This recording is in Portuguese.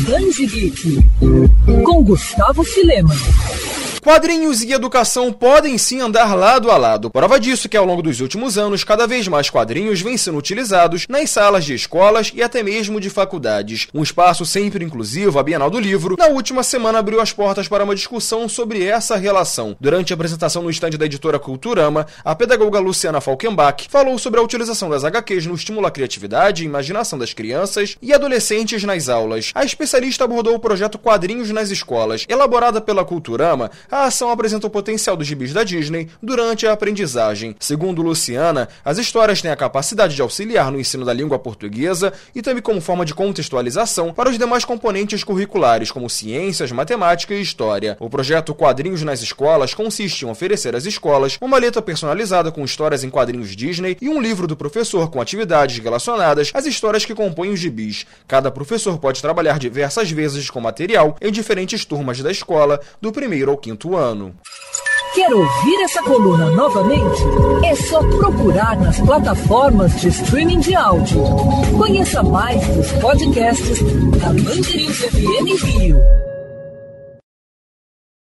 Transe Geek, com Gustavo Filema. Quadrinhos e educação podem sim andar lado a lado. Prova disso é que ao longo dos últimos anos, cada vez mais quadrinhos vêm sendo utilizados nas salas de escolas e até mesmo de faculdades. Um espaço sempre inclusivo, a Bienal do Livro, na última semana abriu as portas para uma discussão sobre essa relação. Durante a apresentação no estande da editora Culturama, a pedagoga Luciana Falkenbach falou sobre a utilização das HQs no estímulo à criatividade e imaginação das crianças e adolescentes nas aulas. A especialista abordou o projeto Quadrinhos nas Escolas. Elaborada pela Culturama, a ação apresenta o potencial dos gibis da Disney durante a aprendizagem. Segundo Luciana, as histórias têm a capacidade de auxiliar no ensino da língua portuguesa e também como forma de contextualização para os demais componentes curriculares, como ciências, matemática e história. O projeto Quadrinhos nas Escolas consiste em oferecer às escolas uma maleta personalizada com histórias em quadrinhos Disney e um livro do professor com atividades relacionadas às histórias que compõem os gibis. Cada professor pode trabalhar diversas vezes com material em diferentes turmas da escola, do 1º ao 5º ano. Quer ouvir essa coluna novamente? É só procurar nas plataformas de streaming de áudio. Conheça mais dos podcasts da Band News FM Rio.